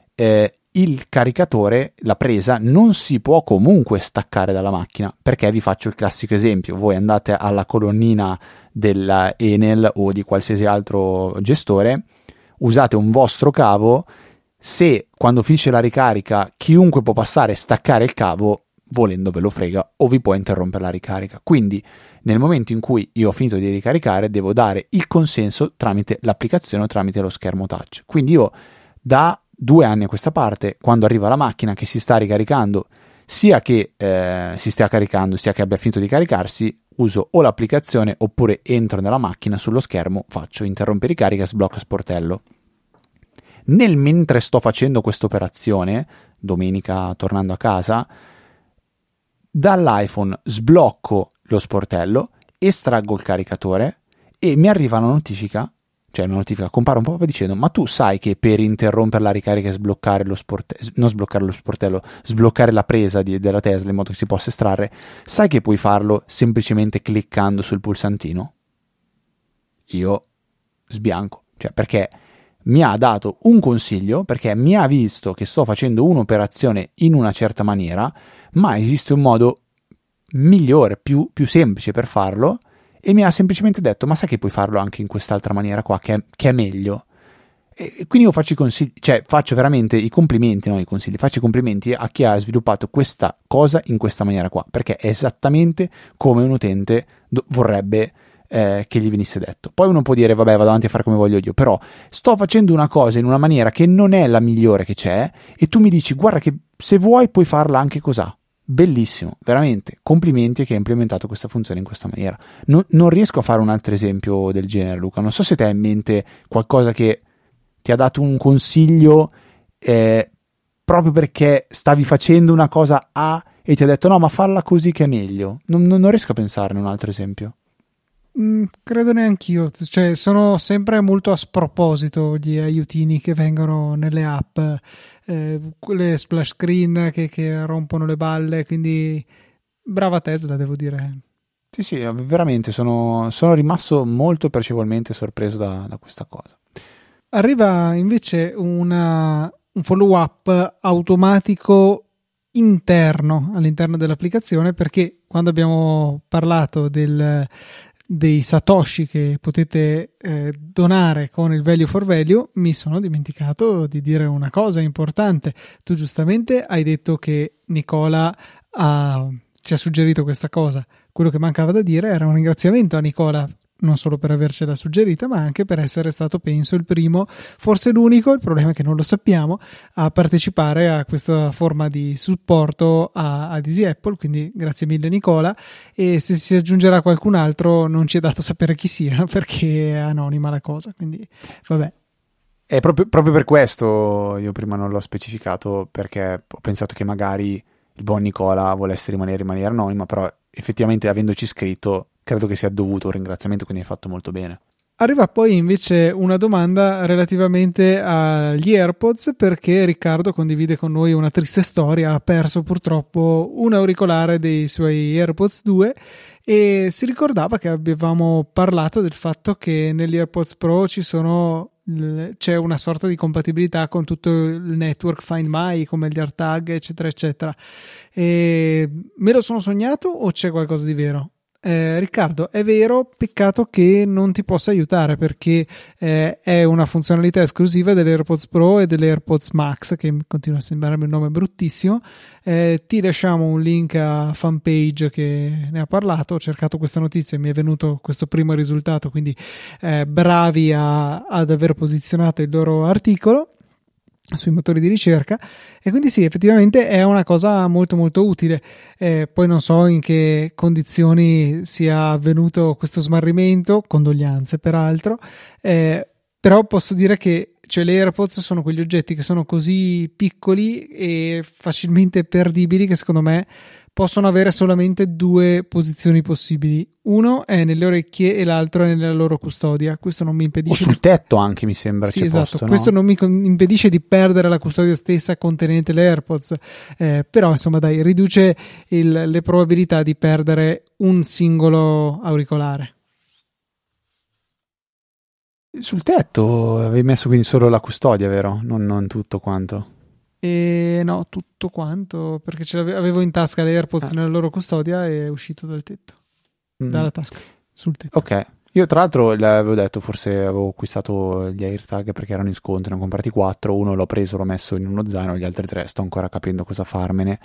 Speaker 2: il caricatore, la presa, non si può comunque staccare dalla macchina, perché vi faccio il classico esempio: voi andate alla colonnina della Enel o di qualsiasi altro gestore, usate un vostro cavo, se quando finisce la ricarica chiunque può passare e staccare il cavo, volendo ve lo frega o vi può interrompere la ricarica. Quindi nel momento in cui io ho finito di ricaricare devo dare il consenso tramite l'applicazione o tramite lo schermo touch. Quindi io da 2 anni a questa parte, quando arriva la macchina che si sta ricaricando, sia che si stia caricando sia che abbia finito di caricarsi, uso o l'applicazione oppure entro nella macchina, sullo schermo faccio interrompe ricarica, sblocca sportello. Mentre sto facendo questa operazione, domenica tornando a casa, dall'iPhone sblocco lo sportello, estraggo il caricatore e mi arriva una notifica, compare un pop-up dicendo ma tu sai che per interrompere la ricarica e sbloccare lo sportello, non sbloccare lo sportello, sbloccare la presa della Tesla in modo che si possa estrarre, sai che puoi farlo semplicemente cliccando sul pulsantino? Io sbianco, cioè perché mi ha dato un consiglio, perché mi ha visto che sto facendo un'operazione in una certa maniera, ma esiste un modo migliore, più semplice per farlo, e mi ha semplicemente detto ma sai che puoi farlo anche in quest'altra maniera qua che è meglio. E quindi io faccio i consigli, cioè faccio veramente i complimenti, non i consigli, faccio i complimenti a chi ha sviluppato questa cosa in questa maniera qua, perché è esattamente come un utente vorrebbe che gli venisse detto. Poi uno può dire vabbè, vado avanti a fare come voglio io, però sto facendo una cosa in una maniera che non è la migliore che c'è e tu mi dici guarda che se vuoi puoi farla anche così. Bellissimo, veramente, complimenti che hai implementato questa funzione in questa maniera. Non riesco a fare un altro esempio del genere, Luca. Non so se te hai in mente qualcosa che ti ha dato un consiglio proprio perché stavi facendo una cosa A e ti ha detto no, ma falla così che è meglio. Non riesco a pensarne un altro esempio.
Speaker 1: Credo neanch'io, cioè sono sempre molto a sproposito gli aiutini che vengono nelle app, quelle splash screen che rompono le balle, quindi brava Tesla, devo dire.
Speaker 2: Sì, veramente sono rimasto molto piacevolmente sorpreso da questa cosa.
Speaker 1: Arriva invece un follow up automatico all'interno dell'applicazione, perché quando abbiamo parlato dei satoshi che potete donare con il value for value, mi sono dimenticato di dire una cosa importante. Tu giustamente hai detto che Nicola ci ha suggerito questa cosa. Quello che mancava da dire era un ringraziamento a Nicola, non solo per avercela suggerita, ma anche per essere stato, penso, il primo, forse l'unico, il problema è che non lo sappiamo, a partecipare a questa forma di supporto ad Easy Apple. Quindi grazie mille Nicola, e se si aggiungerà qualcun altro non ci è dato sapere chi sia, perché è anonima la cosa, quindi vabbè.
Speaker 2: È proprio per questo io prima non l'ho specificato, perché ho pensato che magari il buon Nicola volesse rimanere in maniera anonima, però effettivamente avendoci scritto credo che sia dovuto un ringraziamento, quindi hai fatto molto bene.
Speaker 1: Arriva poi invece una domanda relativamente agli AirPods, perché Riccardo condivide con noi una triste storia: ha perso purtroppo un auricolare dei suoi AirPods 2 e si ricordava che avevamo parlato del fatto che negli AirPods Pro c'è una sorta di compatibilità con tutto il network Find My, come gli AirTag eccetera eccetera. E me lo sono sognato o c'è qualcosa di vero? Riccardo, è vero, peccato che non ti possa aiutare, perché è una funzionalità esclusiva delle AirPods Pro e delle AirPods Max, che continua a sembrarmi un nome bruttissimo. Ti lasciamo un link a fanpage che ne ha parlato. Ho cercato questa notizia e mi è venuto questo primo risultato, quindi bravi ad aver posizionato il loro articolo sui motori di ricerca. E quindi sì, effettivamente è una cosa molto molto utile. Poi non so in che condizioni sia avvenuto questo smarrimento, condoglianze peraltro, però posso dire che, cioè, le AirPods sono quegli oggetti che sono così piccoli e facilmente perdibili che secondo me possono avere solamente due posizioni possibili. Uno è nelle orecchie e l'altro è nella loro custodia. Questo non mi impedisce.
Speaker 2: O sul tetto anche, mi sembra.
Speaker 1: Sì,
Speaker 2: c'è
Speaker 1: esatto.
Speaker 2: posto,
Speaker 1: Questo
Speaker 2: no?
Speaker 1: non mi impedisce di perdere la custodia stessa contenente le AirPods. Però, insomma, dai, riduce le probabilità di perdere un singolo auricolare.
Speaker 2: Sul tetto avevi messo quindi solo la custodia, vero? Non tutto quanto.
Speaker 1: E no, tutto quanto, perché avevo in tasca le AirPods nella loro custodia e è uscito dal tetto, dalla tasca, sul tetto.
Speaker 2: Ok, io tra l'altro l'avevo detto, forse avevo acquistato gli AirTag perché erano in sconto, ne ho comprati 4, uno l'ho preso, l'ho messo in uno zaino, gli altri 3 sto ancora capendo cosa farmene.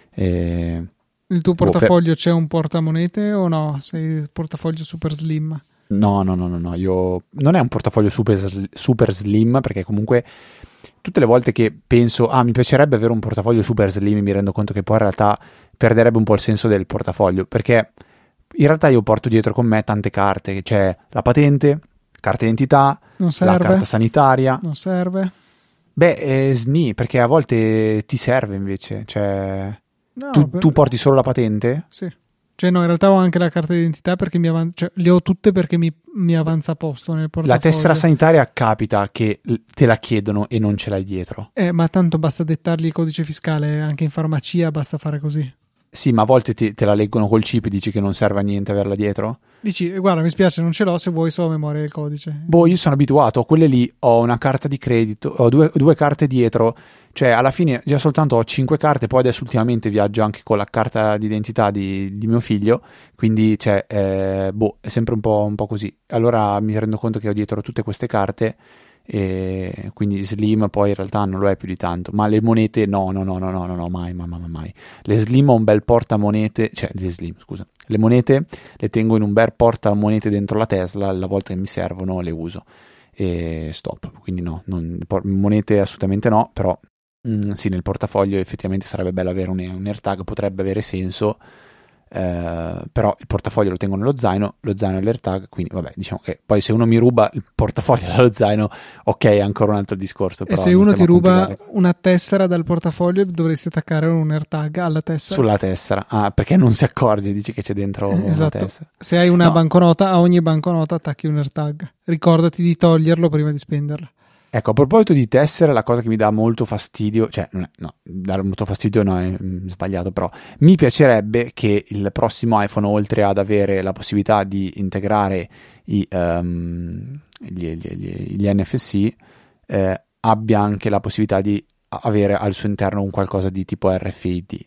Speaker 1: Il tuo portafoglio c'è un portamonete o no? Sei il portafoglio super slim?
Speaker 2: No, io non è un portafoglio super slim, perché comunque tutte le volte che penso mi piacerebbe avere un portafoglio super slim, mi rendo conto che poi in realtà perderebbe un po' il senso del portafoglio, perché in realtà io porto dietro con me tante carte, c'è la patente, carta d'identità, la carta sanitaria.
Speaker 1: Non serve?
Speaker 2: Beh, SNI, perché a volte ti serve invece, cioè
Speaker 1: no,
Speaker 2: tu porti solo la patente?
Speaker 1: Sì. Cioè no, in realtà ho anche la carta d'identità perché le ho tutte perché mi avanza posto nel portafoglio.
Speaker 2: La tessera sanitaria capita che te la chiedono e non ce l'hai dietro.
Speaker 1: Ma tanto basta dettargli il codice fiscale, anche in farmacia basta fare così.
Speaker 2: Sì, ma a volte te la leggono col chip e dici che non serve a niente averla dietro?
Speaker 1: Dici, guarda, mi spiace, non ce l'ho, se vuoi so a memoria il codice.
Speaker 2: Boh, io sono abituato, a quelle lì ho una carta di credito, ho due carte dietro, cioè alla fine già soltanto ho 5 carte, poi adesso ultimamente viaggio anche con la carta d'identità di mio figlio, quindi cioè, è sempre un po' così. Allora mi rendo conto che ho dietro tutte queste carte, e quindi slim poi in realtà non lo è più di tanto, ma le monete no, mai. Le slim ho un bel portamonete, cioè le monete le tengo in un bel portamonete dentro la Tesla, la volta che mi servono le uso e stop, quindi no, monete assolutamente no, però sì, nel portafoglio effettivamente sarebbe bello avere un AirTag, potrebbe avere senso. Però il portafoglio lo tengo nello zaino, lo zaino e l'AirTag, quindi vabbè, diciamo che poi se uno mi ruba il portafoglio dallo zaino, ok, è ancora un altro discorso. Però
Speaker 1: e se uno ti ruba una tessera dal portafoglio, dovresti attaccare un AirTag alla tessera.
Speaker 2: Sulla tessera, perché non si accorge, dici che c'è dentro
Speaker 1: esatto.
Speaker 2: una tessera.
Speaker 1: Se hai una banconota, a ogni banconota attacchi un AirTag, ricordati di toglierlo prima di spenderla.
Speaker 2: Ecco, a proposito di tessere, la cosa che mi dà molto fastidio, cioè, no, dare molto fastidio no, è sbagliato, però mi piacerebbe che il prossimo iPhone, oltre ad avere la possibilità di integrare gli NFC, abbia anche la possibilità di avere al suo interno un qualcosa di tipo RFID,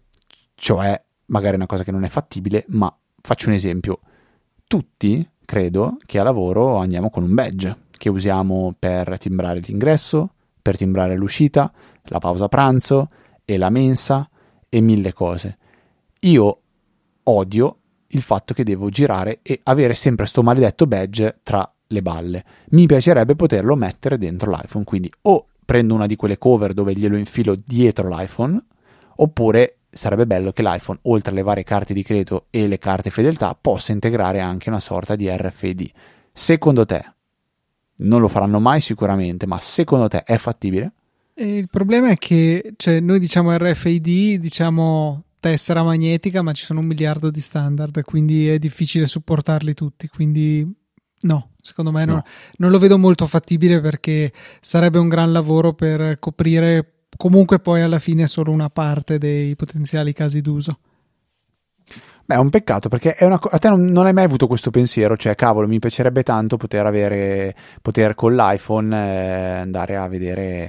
Speaker 2: cioè magari una cosa che non è fattibile, ma faccio un esempio. Tutti, credo, che a lavoro andiamo con un badge che usiamo per timbrare l'ingresso, per timbrare l'uscita, la pausa pranzo e la mensa e 1000 cose. Io odio il fatto che devo girare e avere sempre sto maledetto badge tra le balle. Mi piacerebbe poterlo mettere dentro l'iPhone, quindi o prendo una di quelle cover dove glielo infilo dietro l'iPhone, oppure sarebbe bello che l'iPhone, oltre alle varie carte di credito e le carte fedeltà, possa integrare anche una sorta di RFID. Secondo te, non lo faranno mai sicuramente, ma secondo te è fattibile?
Speaker 1: E il problema è che noi diciamo RFID, diciamo tessera magnetica, ma ci sono 1 miliardo di standard, quindi è difficile supportarli tutti, quindi no, secondo me non lo vedo molto fattibile, perché sarebbe un gran lavoro per coprire comunque poi alla fine solo una parte dei potenziali casi d'uso.
Speaker 2: Beh, è un peccato, perché a te non hai mai avuto questo pensiero, cioè cavolo, mi piacerebbe tanto poter con l'iPhone andare a vedere,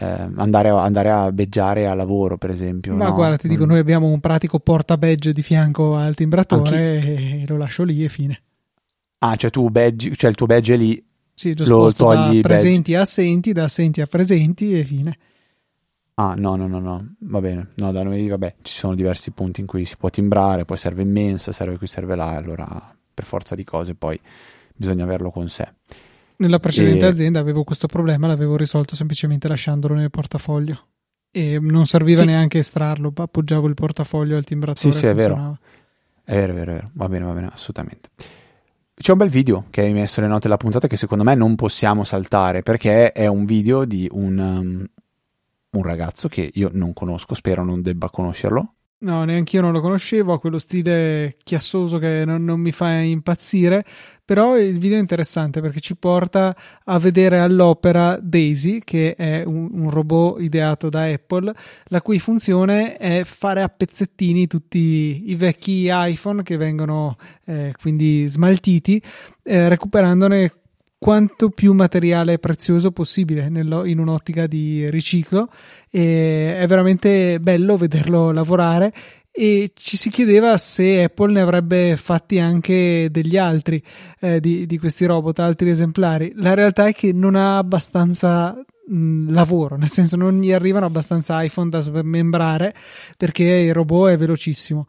Speaker 2: andare a beggiare a lavoro, per esempio.
Speaker 1: Ma
Speaker 2: no?
Speaker 1: guarda, ti dico, noi abbiamo un pratico porta badge di fianco al timbratore e lo lascio lì e fine.
Speaker 2: Ah, cioè tu badge, cioè il tuo badge è lì,
Speaker 1: Sì, lo
Speaker 2: lo
Speaker 1: sposto
Speaker 2: togli
Speaker 1: da presenti a assenti, da assenti a presenti e fine.
Speaker 2: Ah, no, va bene. No, da noi, vabbè, ci sono diversi punti in cui si può timbrare, poi serve in mensa, serve qui, serve là, allora per forza di cose poi bisogna averlo con sé.
Speaker 1: Nella precedente azienda avevo questo problema, l'avevo risolto semplicemente lasciandolo nel portafoglio e non serviva neanche estrarlo, appoggiavo il portafoglio al timbratore.
Speaker 2: Sì, è vero. È vero, va bene, assolutamente. C'è un bel video che hai messo nelle note della puntata che secondo me non possiamo saltare, perché è un video di un ragazzo che io non conosco, spero non debba conoscerlo.
Speaker 1: No, neanche io non lo conoscevo, ha quello stile chiassoso che non mi fa impazzire, però il video è interessante perché ci porta a vedere all'opera Daisy, che è un robot ideato da Apple, la cui funzione è fare a pezzettini tutti i vecchi iPhone che vengono quindi smaltiti, recuperandone quanto più materiale prezioso possibile in un'ottica di riciclo. E è veramente bello vederlo lavorare e ci si chiedeva se Apple ne avrebbe fatti anche degli altri di questi robot, altri esemplari. La realtà è che non ha abbastanza lavoro, nel senso non gli arrivano abbastanza iPhone da smembrare, perché il robot è velocissimo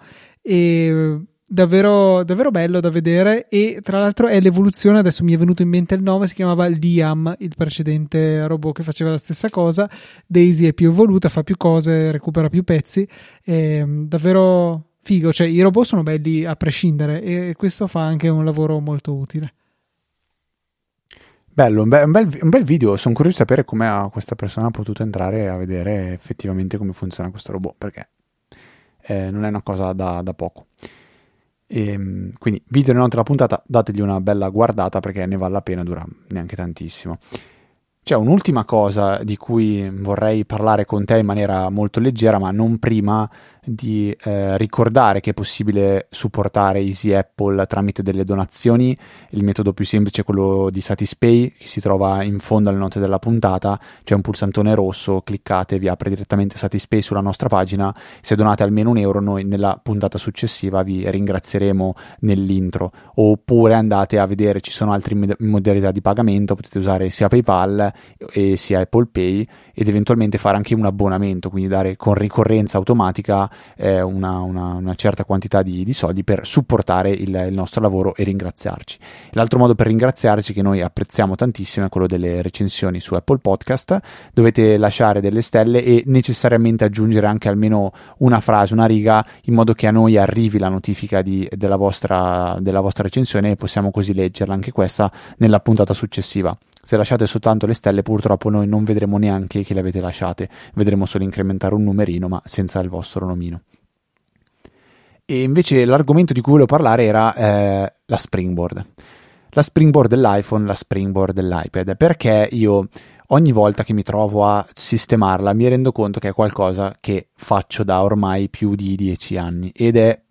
Speaker 1: e davvero, davvero bello da vedere. E tra l'altro è l'evoluzione, adesso mi è venuto in mente il nome, si chiamava Liam, il precedente robot che faceva la stessa cosa. Daisy è più evoluta, fa più cose, recupera più pezzi, è davvero figo, cioè i robot sono belli a prescindere e questo fa anche un lavoro molto utile.
Speaker 2: Bello, un bel video. Sono curioso di sapere come questa persona ha potuto entrare a vedere effettivamente come funziona questo robot, perché non è una cosa da poco. Quindi video nelle note della puntata, dategli una bella guardata perché ne vale la pena, dura neanche tantissimo. C'è un'ultima cosa di cui vorrei parlare con te in maniera molto leggera, ma non prima di ricordare che è possibile supportare Easy Apple tramite delle donazioni. Il metodo più semplice è quello di Satispay, che si trova in fondo alle note della puntata. C'è un pulsantone rosso, cliccate, vi apre direttamente Satispay sulla nostra pagina. Se donate almeno €1, noi nella puntata successiva vi ringrazieremo nell'intro. Oppure andate a vedere, ci sono altre modalità di pagamento, potete usare sia PayPal e sia Apple Pay, ed eventualmente fare anche un abbonamento, quindi dare con ricorrenza automatica una certa quantità di soldi per supportare il nostro lavoro e ringraziarci. L'altro modo per ringraziarci, che noi apprezziamo tantissimo, è quello delle recensioni su Apple Podcast. Dovete lasciare delle stelle e necessariamente aggiungere anche almeno una frase, una riga, in modo che a noi arrivi la notifica della vostra recensione e possiamo così leggerla anche questa nella puntata successiva. Se lasciate soltanto le stelle, purtroppo noi non vedremo neanche che le avete lasciate, vedremo solo incrementare un numerino ma senza il vostro nomino. E invece l'argomento di cui volevo parlare era la Springboard. La Springboard dell'iPhone, la Springboard dell'iPad, perché io ogni volta che mi trovo a sistemarla mi rendo conto che è qualcosa che faccio da ormai più di 10 anni ed è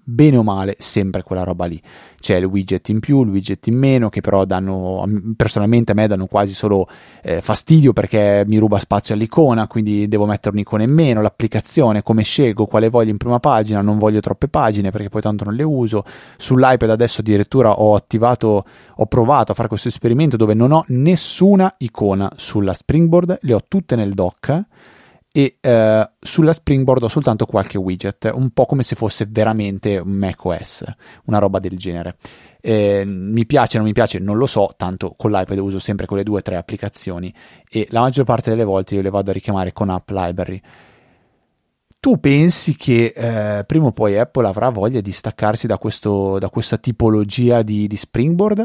Speaker 2: bene o male sempre quella roba lì. C'è il widget in più, il widget in meno, che però danno, personalmente a me danno quasi solo fastidio, perché mi ruba spazio all'icona, quindi devo mettere un'icona in meno. L'applicazione, come scelgo quale voglio in prima pagina, non voglio troppe pagine perché poi tanto non le uso. Sull'iPad adesso addirittura ho provato a fare questo esperimento dove non ho nessuna icona sulla Springboard, le ho tutte nel dock, e sulla Springboard ho soltanto qualche widget, un po' come se fosse veramente un macOS, una roba del genere. Mi piace o non mi piace, non lo so, tanto con l'iPad uso sempre quelle 2 o 3 applicazioni e la maggior parte delle volte io le vado a richiamare con App Library. Tu pensi che prima o poi Apple avrà voglia di staccarsi da questa tipologia di Springboard,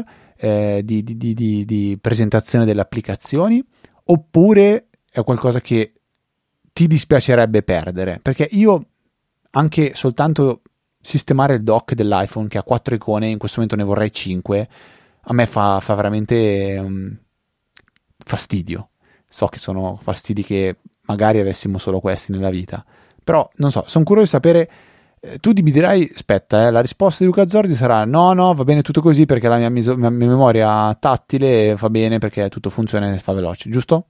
Speaker 2: di presentazione delle applicazioni, oppure è qualcosa che ti dispiacerebbe perdere? Perché io anche soltanto sistemare il dock dell'iPhone, che ha 4 icone, in questo momento ne vorrei 5, a me fa veramente fastidio. So che sono fastidi che magari avessimo solo questi nella vita, però non so, sono curioso di sapere. Tu mi dirai, aspetta, la risposta di Luca Zordi sarà no, va bene tutto così perché la mia memoria tattile va bene perché tutto funziona e fa veloce, giusto?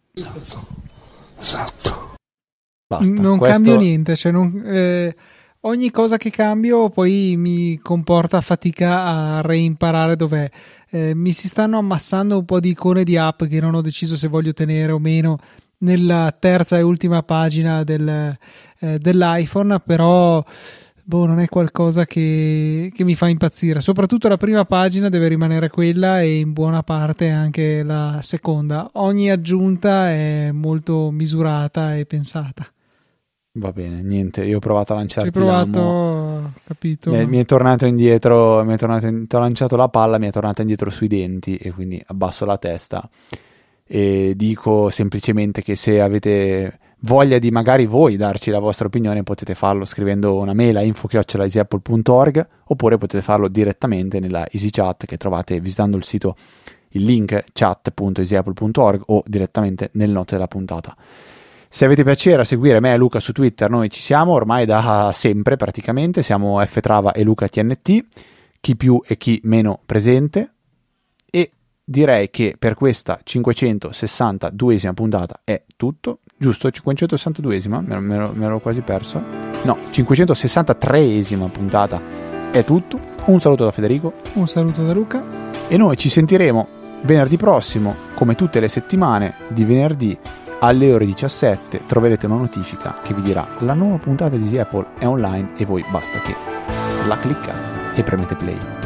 Speaker 3: Esatto.
Speaker 2: Basta,
Speaker 1: non cambio niente, cioè ogni cosa che cambio poi mi comporta fatica a reimparare dov'è. Mi si stanno ammassando un po' di icone di app che non ho deciso se voglio tenere o meno nella terza e ultima pagina dell'iPhone, però non è qualcosa che mi fa impazzire. Soprattutto la prima pagina deve rimanere quella e in buona parte anche la seconda. Ogni aggiunta è molto misurata e pensata.
Speaker 2: Va bene, niente, io ho provato a lanciarti.
Speaker 1: Hai provato, capito?
Speaker 2: Mi è tornato indietro, ti ho lanciato la palla, mi è tornata indietro sui denti e quindi abbasso la testa e dico semplicemente che se avete voglia di magari voi darci la vostra opinione potete farlo scrivendo una mail a info@easyapple.org oppure potete farlo direttamente nella EasyChat che trovate visitando il sito, il link chat.easyapple.org o direttamente nel note della puntata. Se avete piacere a seguire me e Luca su Twitter, noi ci siamo ormai da sempre praticamente, siamo ftrava e Luca TNT, chi più e chi meno presente, e direi che per questa 562esima puntata è tutto, giusto? 562esima? Me l'ho quasi perso. No, 563esima puntata è tutto. Un saluto da Federico.
Speaker 1: Un saluto da Luca.
Speaker 2: E noi ci sentiremo venerdì prossimo, come tutte le settimane di venerdì, alle ore 17 troverete una notifica che vi dirà la nuova puntata di Easy Apple è online e voi basta che la cliccate e premete play.